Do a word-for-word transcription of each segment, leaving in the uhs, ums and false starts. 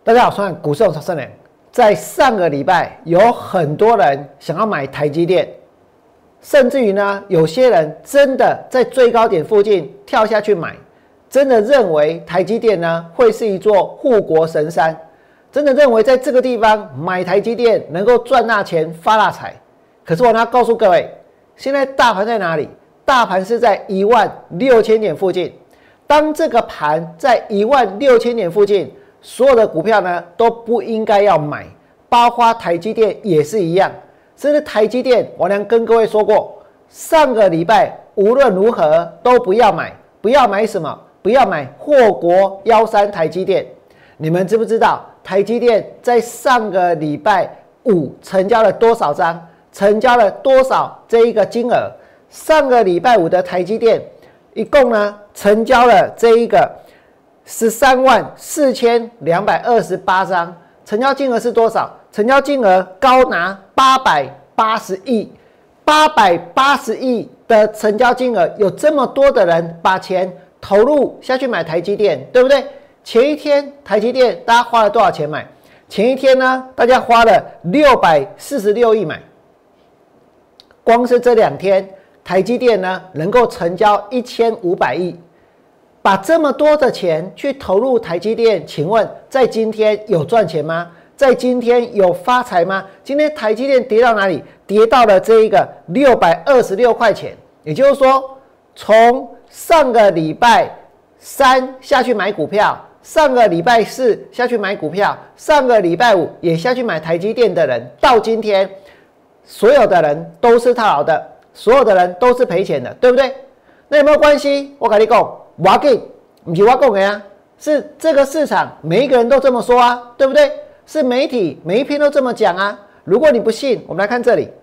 大家好，我是股市超生人。在上个礼拜，有很多人想要买台积电，甚至于呢，有些人真的在最高点附近跳下去买，真的认为台积电呢会是一座护国神山，真的认为在这个地方买台积电能够赚大钱发大财。可是我要告诉各位，现在大盘在哪里？大盘是在一万六千点附近。当这个盘在一万六千点附近，所有的股票呢都不应该要买，包括台积电也是一样。甚至台积电，我娘跟各位说过，上个礼拜无论如何都不要买，不要买什么？不要买祸国妖山台积电。你们知不知道台积电在上个礼拜五成交了多少张？成交了多少这一个金额？上个礼拜五的台积电一共呢成交了这一个十三万四千两百二十八张，成交金额是多少？成交金额高达八百八十亿，八百八十亿的成交金额，有这么多的人把钱投入下去买台积电，对不对？前一天台积电大家花了多少钱买？前一天呢，大家花了六百四十六亿买，光是这两天，台积电呢能够成交一千五百亿。把这么多的钱去投入台积电，请问在今天有赚钱吗？在今天有发财吗？今天台积电跌到哪里？跌到了这一个六百二十六块钱，也就是说，从上个礼拜三下去买股票，上个礼拜四下去买股票，上个礼拜五也下去买台积电的人，到今天，所有的人都是套牢的，所有的人都是赔钱的，对不对？那有没有关系？我跟你讲。不要紧，不是我讲的啊，是这个市场每一个人都这么说啊，对不对？是媒体每一篇都这么讲啊。如果你不信，我们来看这里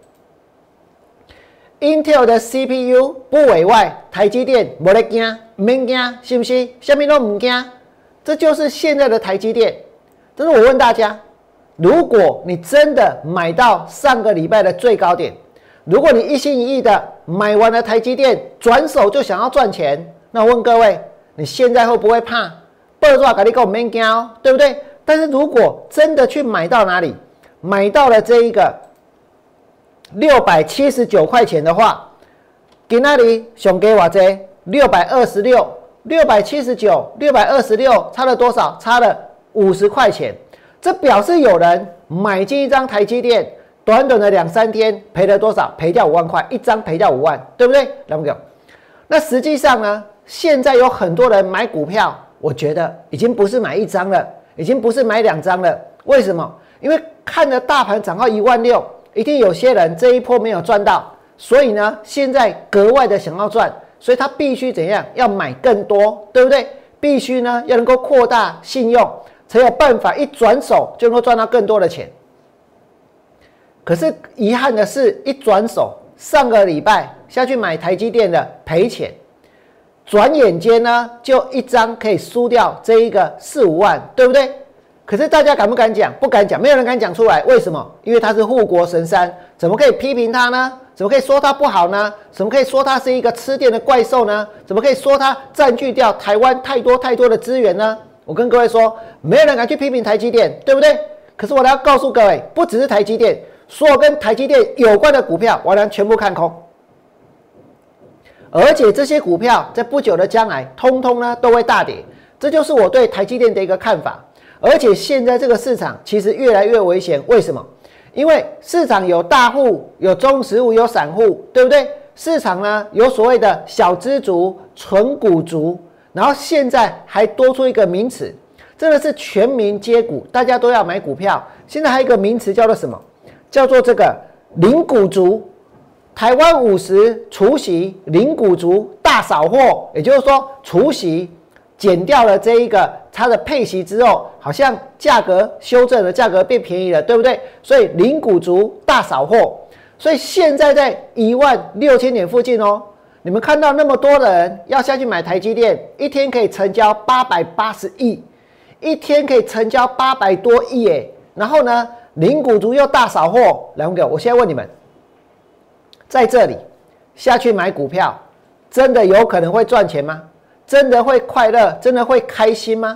，Intel 的 C P U 不委外，台积电没得惊，不免惊，是不是？什么都不惊，这就是现在的台积电。但是我问大家，如果你真的买到上个礼拜的最高点，如果你一心一意的买完了台积电，转手就想要赚钱。那我问各位，你现在会不会怕？报纸跟你讲免惊哦，对不对？但是如果真的去买到哪里，买到了这一个六百七十九块钱的话，今天里上给我这六百二十六，六百七十九，六百二十六，差了多少？差了五十块钱。这表示有人买进一张台积电，短短的两三天赔了多少？赔掉五万块，一张赔掉五万，对不对？来不给？那实际上呢？现在有很多人买股票，我觉得已经不是买一张了，已经不是买两张了。为什么？因为看着大盘涨到一万六，一定有些人这一波没有赚到，所以呢，现在格外的想要赚，所以他必须怎样？要买更多，对不对？必须呢要能够扩大信用，才有办法一转手就能够赚到更多的钱。可是遗憾的是，一转手，上个礼拜下去买台积电的赔钱。转眼间呢，就一张可以输掉这一个四五万，对不对？可是大家敢不敢讲？不敢讲，没有人敢讲出来。为什么？因为他是护国神山，怎么可以批评他呢？怎么可以说他不好呢？怎么可以说他是一个吃电的怪兽呢？怎么可以说他占据掉台湾太多太多的资源呢？我跟各位说，没有人敢去批评台积电，对不对？可是我要告诉各位，不只是台积电，所有跟台积电有关的股票，我俩全部看空。而且这些股票在不久的将来，通通呢都会大跌，这就是我对台积电的一个看法。而且现在这个市场其实越来越危险，为什么？因为市场有大户、有中实户、有散户，对不对？市场呢有所谓的小资族、纯股族，然后现在还多出一个名词，真的是全民皆股，大家都要买股票。现在还有一个名词叫做什么？叫做这个零股族。台湾五十除息零股族大扫货，也就是说除息减掉了这一个它的配息之后，好像价格修正了，价格变便宜了，对不对？所以零股族大扫货，所以现在在一万六千点附近哦，你们看到那么多的人要下去买台积电，一天可以成交八百八十亿，一天可以成交八百多亿耶，然后呢，零股族又大扫货，来我我现在问你们。在这里下去买股票，真的有可能会赚钱吗？真的会快乐？真的会开心吗？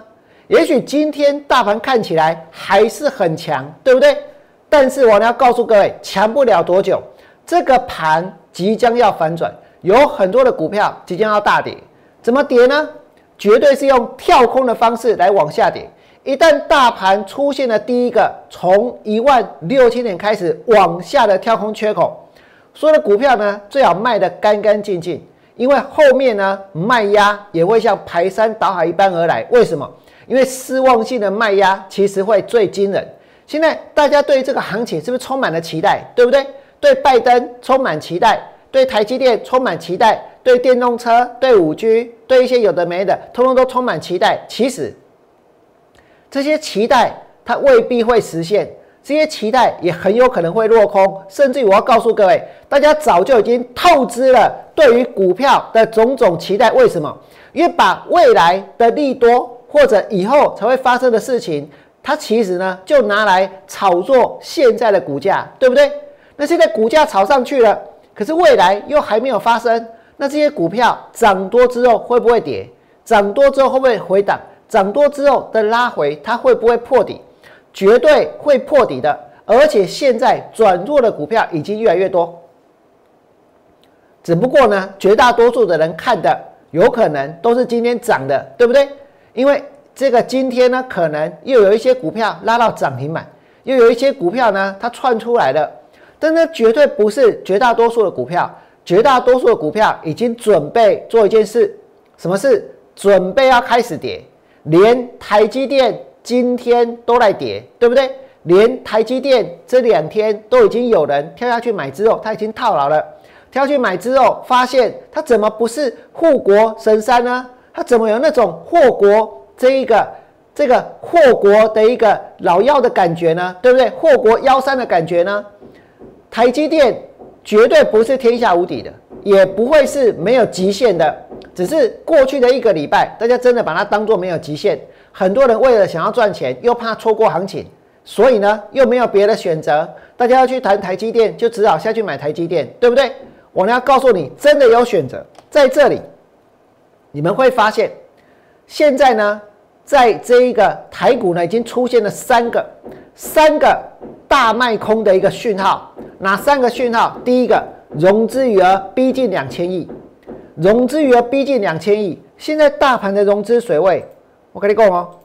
也许今天大盘看起来还是很强，对不对？但是我要告诉各位，强不了多久，这个盘即将要反转，有很多的股票即将要大跌。怎么跌呢？绝对是用跳空的方式来往下跌。一旦大盘出现了第一个从一万六千点开始往下的跳空缺口，所有的股票呢最好卖得干干净净，因为后面呢卖压也会像排山倒海一般而来。为什么？因为失望性的卖压其实会最惊人。现在大家对这个行情是不是充满了期待？对不对？对拜登充满期待，对台积电充满期待，对电动车、对 五 G、对一些有的没的，通通都充满期待。其实这些期待它未必会实现，这些期待也很有可能会落空，甚至于我要告诉各位，大家早就已经透支了对于股票的种种期待。为什么？因为把未来的利多或者以后才会发生的事情，它其实呢就拿来炒作现在的股价，对不对？那现在股价炒上去了，可是未来又还没有发生，那这些股票涨多之后会不会跌？涨多之后会不会回档？涨多之后的拉回，它会不会破底？绝对会破底的，而且现在转弱的股票已经越来越多。只不过呢，绝大多数的人看的有可能都是今天涨的，对不对？因为这个今天呢，可能又有一些股票拉到涨停板，又有一些股票呢它窜出来了，但那绝对不是绝大多数的股票。绝大多数的股票已经准备做一件事，什么事？准备要开始跌。连台积电今天都在跌，对不对？连台积电这两天都已经有人跳下去买之后，他已经套牢了。跳下去买之后，发现他怎么不是护国神山呢？他怎么有那种祸国这一个这个祸国的一个老妖的感觉呢？对不对？祸国妖山的感觉呢？台积电绝对不是天下无敌的，也不会是没有极限的。只是过去的一个礼拜，大家真的把它当作没有极限。很多人为了想要赚钱，又怕错过行情，所以呢，又没有别的选择。大家要去谈台积电，就只好下去买台积电，对不对？我呢要告诉你，真的有选择。在这里，你们会发现，现在呢，在这一个台股呢，已经出现了三个三个大卖空的一个讯号。哪三个讯号？第一个，融资余额逼近两千亿。融资余额逼近两千亿，现在大盘的融资水位，我跟你讲哦，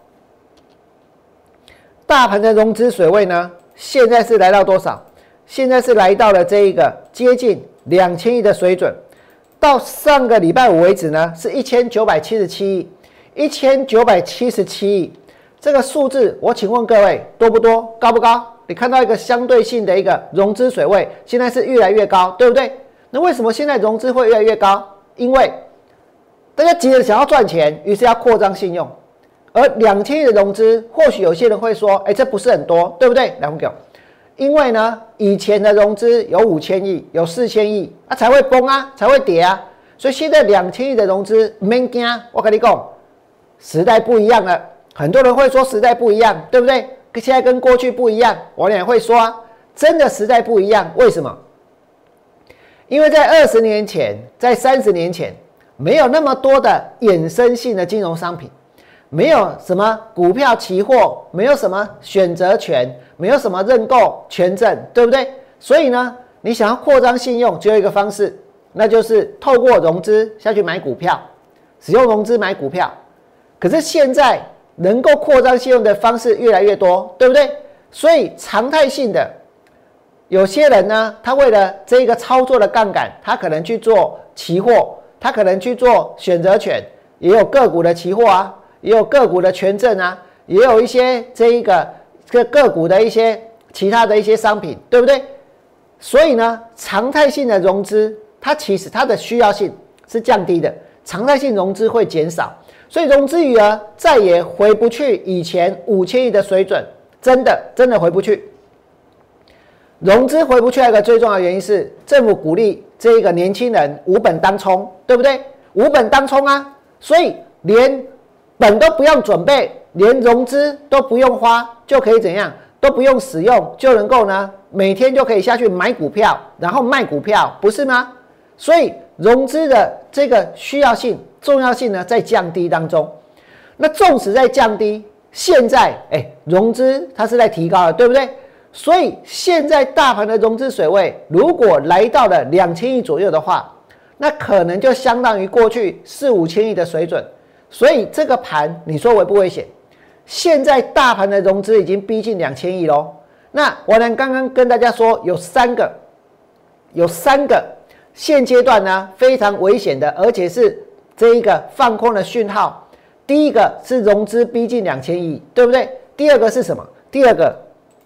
大盘的融资水位呢，现在是来到多少？现在是来到了这一个接近两千亿的水准。到上个礼拜五为止呢，是一千九百七十七亿，一千九百七十七亿。这个数字，我请问各位多不多？高不高？你看到一个相对性的一个融资水位，现在是越来越高，对不对？那为什么现在融资会越来越高？因为大家急着想要赚钱，于是要扩张信用。而两千亿的融资，或许有些人会说：“哎，这不是很多，对不对？”来，我们讲，因为呢，以前的融资有五千亿，有四千亿，啊才会崩啊，才会跌啊。所以现在两千亿的融资，免惊，我跟你讲，时代不一样了。很多人会说时代不一样，对不对？现在跟过去不一样，我也会说啊，真的时代不一样。为什么？因为在二十年前，在三十年前，没有那么多的衍生性的金融商品，没有什么股票期货，没有什么选择权，没有什么认购权证，对不对？所以呢，你想要扩张信用，只有一个方式，那就是透过融资下去买股票，使用融资买股票。可是现在能够扩张信用的方式越来越多，对不对？所以常态性的。有些人呢，他为了这个操作的杠杆，他可能去做期货，他可能去做选择权，也有个股的期货啊，也有个股的权证啊，也有一些这一个这个个股的一些其他的一些商品，对不对？所以呢，常态性的融资，它其实它的需要性是降低的，常态性融资会减少，所以融资余额再也回不去以前五千亿的水准，真的真的回不去。融资回不去，一个最重要的原因是政府鼓励这一个年轻人无本当冲，对不对？无本当冲啊，所以连本都不用准备，连融资都不用花，就可以怎样？都不用使用，就能够呢，每天就可以下去买股票，然后卖股票，不是吗？所以融资的这个需要性、重要性呢，在降低当中。那纵使在降低， 现在哎，融资它是在提高的，对不对？所以现在大盘的融资水位如果来到了两千亿左右的话，那可能就相当于过去四五千亿的水准。所以这个盘你说危不危险？现在大盘的融资已经逼近两千亿喽。那我呢刚刚跟大家说有三个，有三个现阶段呢非常危险的，而且是这一个放空的讯号。第一个是融资逼近两千亿，对不对？第二个是什么？第二个，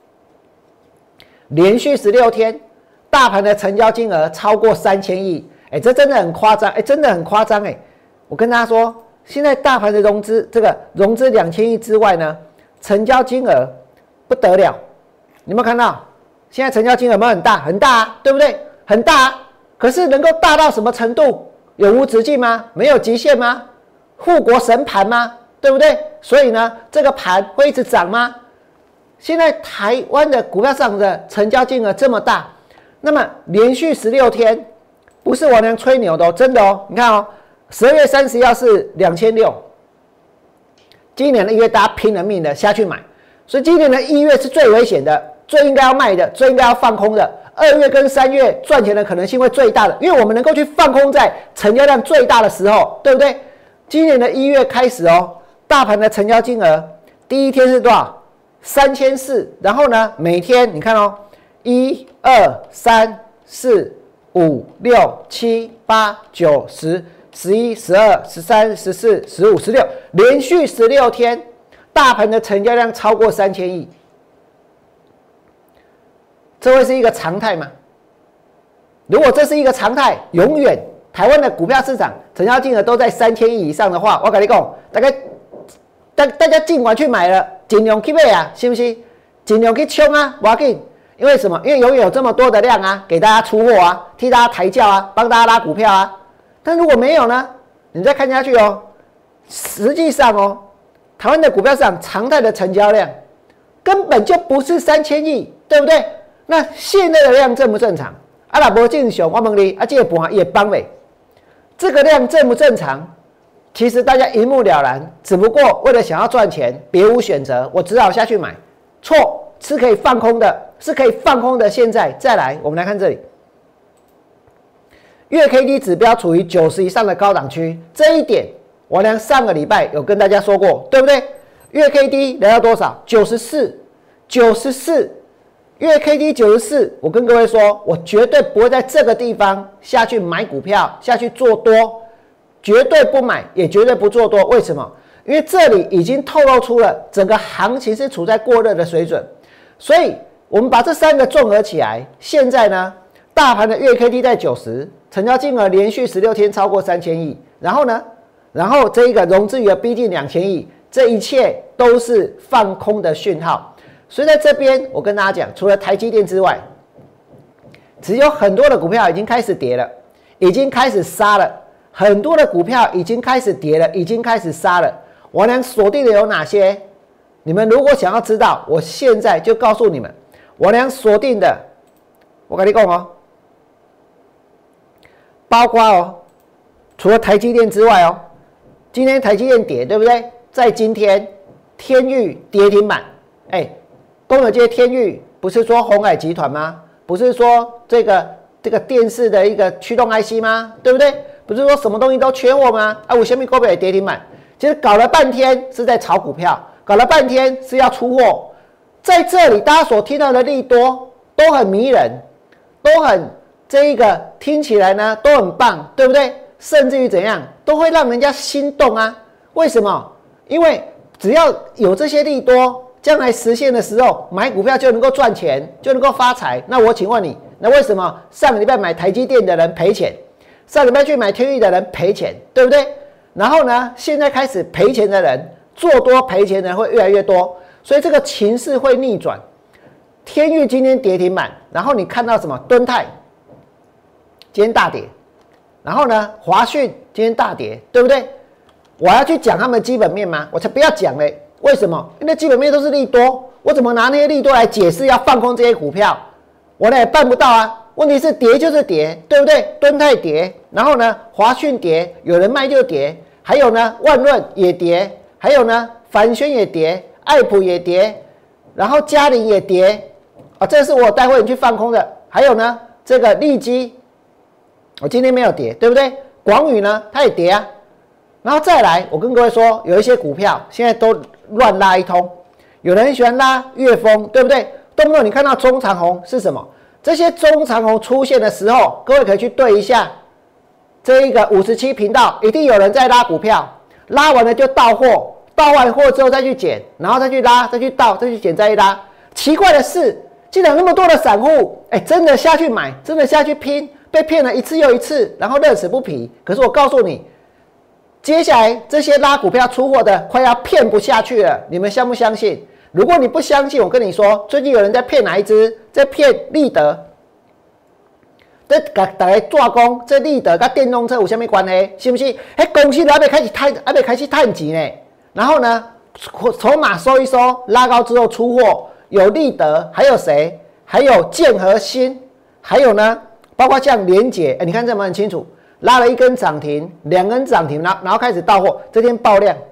连续十六天大盘的成交金额超过三千亿，哎，这真的很夸张，哎，真的很夸张，哎，我跟大家说，现在大盘的融资，这个融资两千亿之外呢，成交金额不得了，你有没有看到？现在成交金额有没有很大？很大啊，对不对？很大啊，可是能够大到什么程度？有无止境吗？没有极限吗？护国神盘吗？对不对？所以呢，这个盘会一直涨吗？现在台湾的股票市场的成交金额这么大，那么连续十六天，不是我能吹牛的哦，真的哦。你看哦，十二月三十号是两千六，今年的一月大家拼了命的下去买，所以今年的一月是最危险的，最应该要卖的，最应该要放空的。二月跟三月赚钱的可能性会最大的，因为我们能够去放空在成交量最大的时候，对不对？今年的一月开始哦，大盘的成交金额第一天是多少？三千四，然后呢，每天你看哦，一二三四五六七八九十十一十二十三十四十五十六，连续十六天，大盘的成交量超过三千亿，这会是一个常态吗？如果这是一个常态，永远台湾的股票市场成交金额都在三千亿以上的话，我跟你讲，大概大大家尽管去买了，尽量去买啊，是不是？尽量去冲啊，不要紧。因为什么？因为永远有这么多的量啊，给大家出货啊，替大家抬轿啊，帮大家拉股票啊。但如果没有呢？你再看下去哦，实际上哦，台湾的股票市场常态的成交量根本就不是三千亿，对不对？那现在的量正不正常？啊，若无正常，我问你，啊，这个盘也帮没？这个量正不正常？其实大家一目了然，只不过为了想要赚钱，别无选择，我只好下去买。错，是可以放空的，是可以放空的。现在再来，我们来看这里，月 K D 指标处于九十以上的高档区，这一点我呢上个礼拜有跟大家说过，对不对？月 K D 来到多少？九十四，九十四。月 K D 九十四，我跟各位说，我绝对不会在这个地方下去买股票，下去做多，绝对不买，也绝对不做多。为什么？因为这里已经透露出了整个行情是处在过热的水准，所以我们把这三个综合起来，现在呢，大盘的月 K D 在九十，成交金额连续十六天超过三千亿，然后呢，然后这一个融资余额逼近两千亿，这一切都是放空的讯号。所以在这边，我跟大家讲，除了台积电之外，只有很多的股票已经开始跌了，已经开始杀了，很多的股票已经开始跌了，已经开始杀了。我能锁定的有哪些？你们如果想要知道，我现在就告诉你们，我能锁定的，我跟你讲哦，包括哦，除了台积电之外哦，今天台积电跌，对不对？在今天，天钰跌停板，哎。工友街天钰不是说鸿海集团吗？不是说这个这个电视的一个驱动 I C 吗？对不对？不是说什么东西都缺货吗？啊，我前面股票也跌停板，其实搞了半天是在炒股票，搞了半天是要出货。在这里，大家所听到的利多都很迷人，都很这一个听起来呢都很棒，对不对？甚至于怎样都会让人家心动啊？为什么？因为只要有这些利多。将来实现的时候，买股票就能够赚钱，就能够发财。那我请问你，那为什么上个礼拜买台积电的人赔钱，上礼拜去买天钰的人赔钱，对不对？然后呢，现在开始赔钱的人，做多赔钱的人会越来越多，所以这个情势会逆转。天钰今天跌停板，然后你看到什么？敦泰今天大跌，然后呢，华讯今天大跌，对不对？我要去讲他们基本面吗？我才不要讲嘞。为什么？因为基本面都是利多，我怎么拿那些利多来解释要放空这些股票？我呢也办不到啊。问题是跌就是跌，对不对？敦泰跌，然后呢，华讯跌，有人卖就跌，还有呢，万润也跌，还有呢，凡轩也跌爱普也跌，然后嘉麟也跌，啊，这是我带会员去放空的。还有呢，这个利基，我今天没有跌，对不对？广宇呢，它也跌啊。然后再来，我跟各位说，有一些股票现在都乱拉一通，有人很喜欢拉月峰，对不对？动不动你看到中长红是什么？这些中长红出现的时候，各位可以去对一下这一个五十七频道，一定有人在拉股票，拉完了就到货，到完货之后再去减，然后再去拉，再去倒，再去减，再去拉。奇怪的是，竟然有那么多的散户，哎，真的下去买，真的下去拼，被骗了一次又一次，然后乐此不疲。可是我告诉你，接下来这些拉股票出货的快要骗不下去了，你们相不相信？如果你不相信，我跟你说，最近有人在骗哪一支？在骗立德。这大家做工，这立德跟电动车有什么关系？是不是？哎，公司还没开始探，还没开始探钱呢。然后呢，筹码收一收，拉高之后出货，有立德，还有谁？还有建和新，还有呢，包括像联结，哎，你看这么很清楚。拉了一根涨停，两根涨停，然后然后开始到货，这天爆量，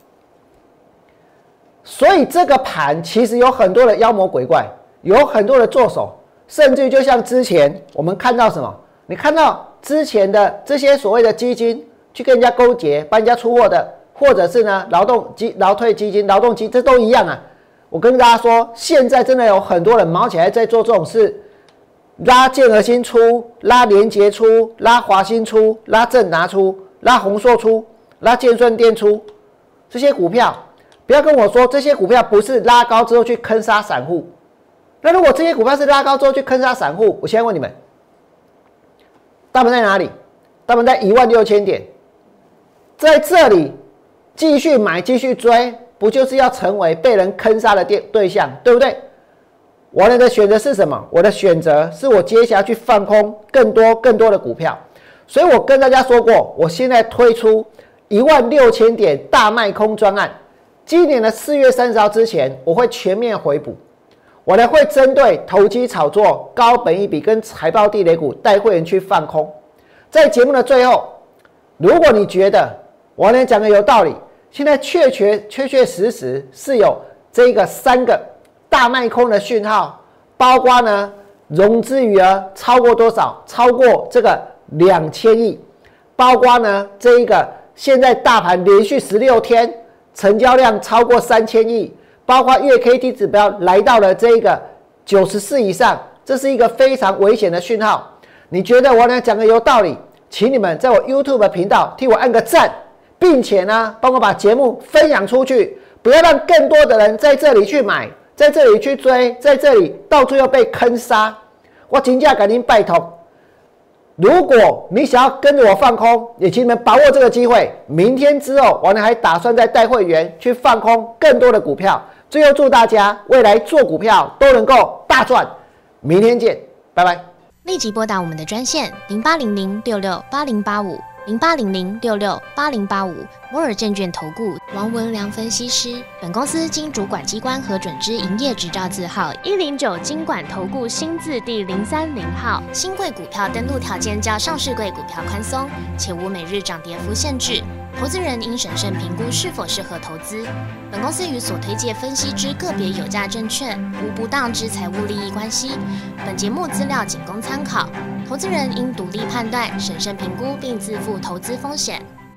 所以这个盘其实有很多的妖魔鬼怪，有很多的作手，甚至就像之前我们看到什么，你看到之前的这些所谓的基金去跟人家勾结，帮人家出货的，或者是呢劳动基、劳退基金、劳动基，这都一样啊。我跟大家说，现在真的有很多人毛起来在做这种事。拉建和新出，拉联结出，拉华新出，拉正达出，拉宏硕出，拉建顺电出，这些股票，不要跟我说这些股票不是拉高之后去坑杀散户。那如果这些股票是拉高之后去坑杀散户，我现在问你们，大盘在哪里？大盘在一万六千点，在这里继续买继续追，不就是要成为被人坑杀的对象，对不对？我的选择是什么？我的选择是我接下来去放空更多更多的股票，所以我跟大家说过，我现在推出一万六千点大卖空专案，今年的四月三十号之前，我会全面回补。我呢会针对投机炒作、高本益比跟财报地雷股带会员去放空。在节目的最后，如果你觉得我呢讲的有道理，现在确确确确实实是有这个三个大卖空的讯号，包括呢融资余额超过多少？超过这个两千亿，包括呢这一个现在大盘连续十六天成交量超过三千亿，包括月 K D 指标来到了这一个九十四以上，这是一个非常危险的讯号。你觉得我呢讲的有道理？请你们在我 YouTube 频道替我按个赞，并且呢帮我把节目分享出去，不要让更多的人在这里去买。在这里去追，在这里到最后被坑杀，我真的赶紧拜托。如果你想要跟着我放空，也请你们把握这个机会。明天之后，我呢还打算再带会员去放空更多的股票。最后祝大家未来做股票都能够大赚。明天见，拜拜。 立即拨打我们的专线零八零零六六八零八五零八零零六六八零八五。摩尔证券投顾王文良分析师，本公司经主管机关核准之营业执照字号一零九金管投顾新字第零三零号。新贵股票登录条件较上市贵股票宽松，且无每日涨跌幅限制。投资人应审慎评估是否适合投资。本公司与所推介分析之个别有价证券无不当之财务利益关系。本节目资料仅供参考，投资人应独立判断、审慎评估并自负投资风险。